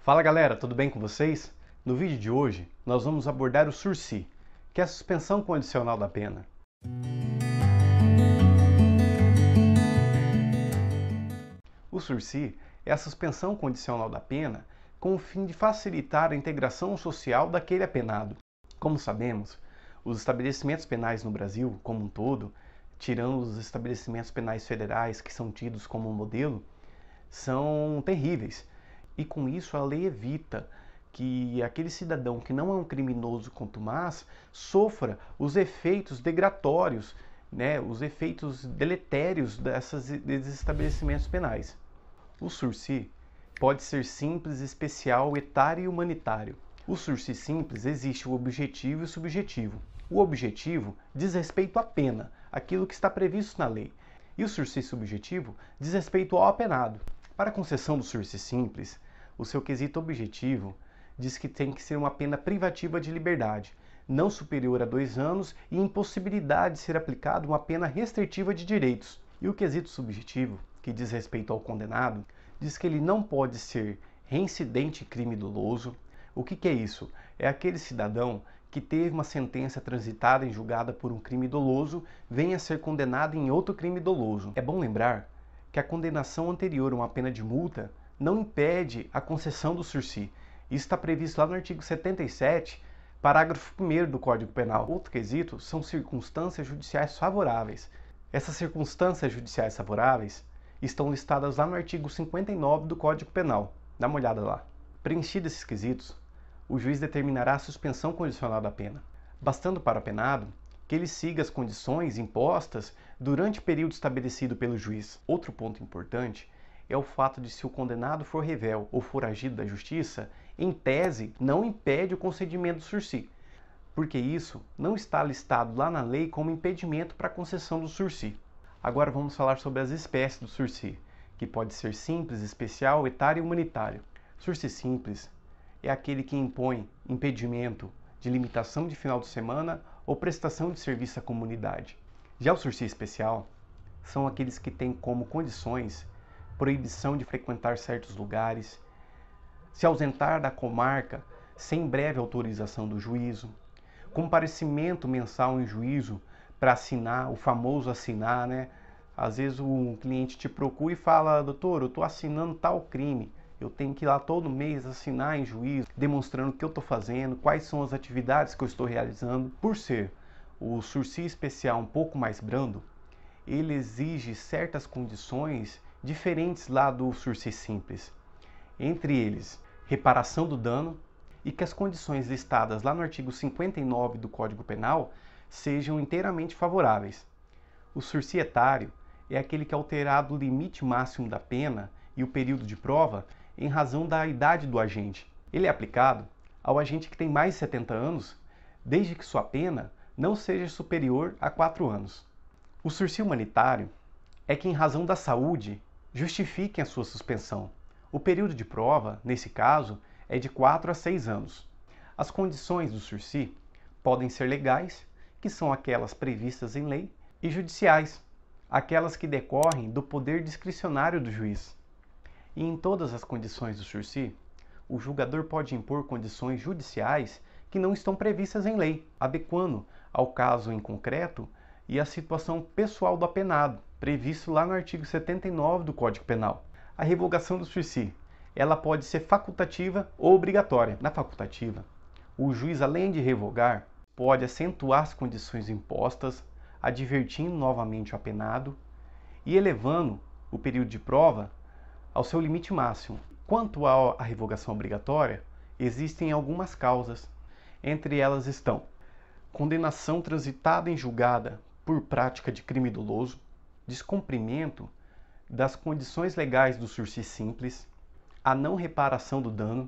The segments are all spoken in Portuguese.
Fala galera, tudo bem com vocês? No vídeo de hoje nós vamos abordar o sursi, que é a suspensão condicional da pena. O sursi é a suspensão condicional da pena com o fim de facilitar a integração social daquele apenado. Como sabemos, os estabelecimentos penais no Brasil como um todo, tirando os estabelecimentos penais federais que são tidos como modelo, são terríveis. E com isso a lei evita que aquele cidadão que não é um criminoso contumaz sofra os efeitos degratórios, os efeitos deletérios desses estabelecimentos penais. O sursi pode ser simples, especial, etário e humanitário. O sursi simples existe o objetivo e o subjetivo. O objetivo diz respeito à pena, aquilo que está previsto na lei. E o sursi subjetivo diz respeito ao apenado. Para a concessão do sursi simples, o seu quesito objetivo diz que tem que ser uma pena privativa de liberdade, não superior a 2 anos e impossibilidade de ser aplicada uma pena restritiva de direitos. E o quesito subjetivo, que diz respeito ao condenado, diz que ele não pode ser reincidente em crime doloso. O que é isso? É aquele cidadão que teve uma sentença transitada em julgada por um crime doloso, venha a ser condenado em outro crime doloso. É bom lembrar que a condenação anterior a uma pena de multa não impede a concessão do sursi. Isso está previsto lá no artigo 77, parágrafo 1º do Código Penal. Outro quesito são circunstâncias judiciais favoráveis. Essas circunstâncias judiciais favoráveis estão listadas lá no artigo 59 do Código Penal. Dá uma olhada lá. Preenchidos esses quesitos, o juiz determinará a suspensão condicional da pena, bastando para o apenado que ele siga as condições impostas durante o período estabelecido pelo juiz. Outro ponto importante é o fato de, se o condenado for revel ou foragido da justiça, em tese não impede o concedimento do sursi, porque isso não está listado lá na lei como impedimento para a concessão do sursi. Agora vamos falar sobre as espécies do sursi, que pode ser simples, especial, etário e humanitário. Sursi simples é aquele que impõe impedimento de limitação de final de semana ou prestação de serviço à comunidade. Já o sursi especial são aqueles que têm como condições proibição de frequentar certos lugares, se ausentar da comarca sem breve autorização do juízo, comparecimento mensal em juízo para assinar, o famoso assinar, Às vezes um cliente te procura e fala: doutor, eu estou assinando tal crime, eu tenho que ir lá todo mês assinar em juízo, demonstrando o que eu estou fazendo, quais são as atividades que eu estou realizando. Por ser o sursi especial um pouco mais brando, ele exige certas condições diferentes lá do sursi simples. Entre eles, reparação do dano e que as condições listadas lá no artigo 59 do Código Penal sejam inteiramente favoráveis. O sursi etário é aquele que é alterado o limite máximo da pena e o período de prova em razão da idade do agente. Ele é aplicado ao agente que tem mais de 70 anos, desde que sua pena não seja superior a 4 anos. O sursi humanitário é que, em razão da saúde, justifiquem a sua suspensão. O período de prova, nesse caso, é de 4 a 6 anos. As condições do sursi podem ser legais, que são aquelas previstas em lei, e judiciais, aquelas que decorrem do poder discricionário do juiz. E em todas as condições do sursi, o julgador pode impor condições judiciais que não estão previstas em lei, adequando ao caso em concreto e à situação pessoal do apenado, previsto lá no artigo 79 do Código Penal. A revogação do sursi, ela pode ser facultativa ou obrigatória. Na facultativa, o juiz, além de revogar, pode acentuar as condições impostas, advertindo novamente o apenado e elevando o período de prova ao seu limite máximo. Quanto à revogação obrigatória, existem algumas causas. Entre elas estão condenação transitada em julgada por prática de crime doloso, descumprimento das condições legais do sursi simples, a não reparação do dano,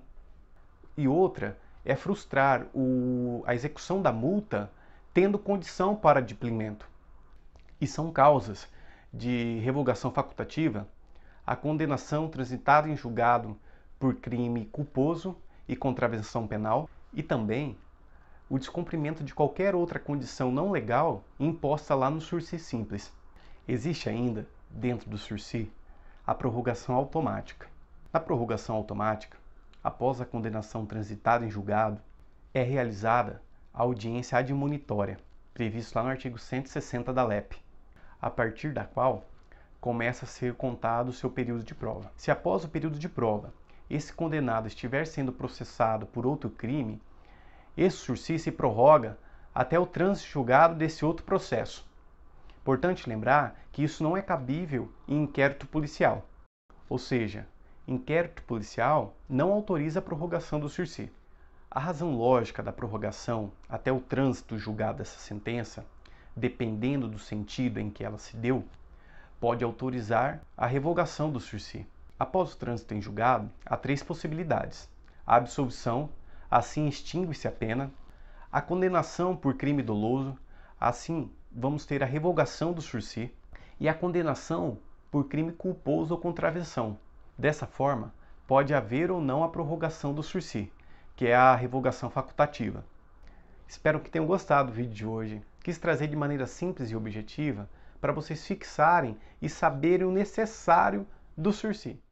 e outra é frustrar a execução da multa tendo condição para adimplemento. E são causas de revogação facultativa a condenação transitada em julgado por crime culposo e contravenção penal, e também o descumprimento de qualquer outra condição não legal imposta lá no sursi simples. Existe ainda, dentro do sursi, a prorrogação automática. Na prorrogação automática, após a condenação transitada em julgado, é realizada a audiência admonitória, previsto lá no artigo 160 da LEP, a partir da qual começa a ser contado o seu período de prova. Se após o período de prova esse condenado estiver sendo processado por outro crime, esse sursi se prorroga até o trânsito julgado desse outro processo. Importante lembrar que isso não é cabível em inquérito policial, ou seja, inquérito policial não autoriza a prorrogação do sursi. A razão lógica da prorrogação até o trânsito julgado dessa sentença, dependendo do sentido em que ela se deu, pode autorizar a revogação do sursi. Após o trânsito em julgado, há 3 possibilidades: a absolvição, assim extingue-se a pena; a condenação por crime doloso, assim vamos ter a revogação do sursi; e a condenação por crime culposo ou contravenção. Dessa forma, pode haver ou não a prorrogação do sursi, que é a revogação facultativa. Espero que tenham gostado do vídeo de hoje. Quis trazer de maneira simples e objetiva para vocês fixarem e saberem o necessário do sursi.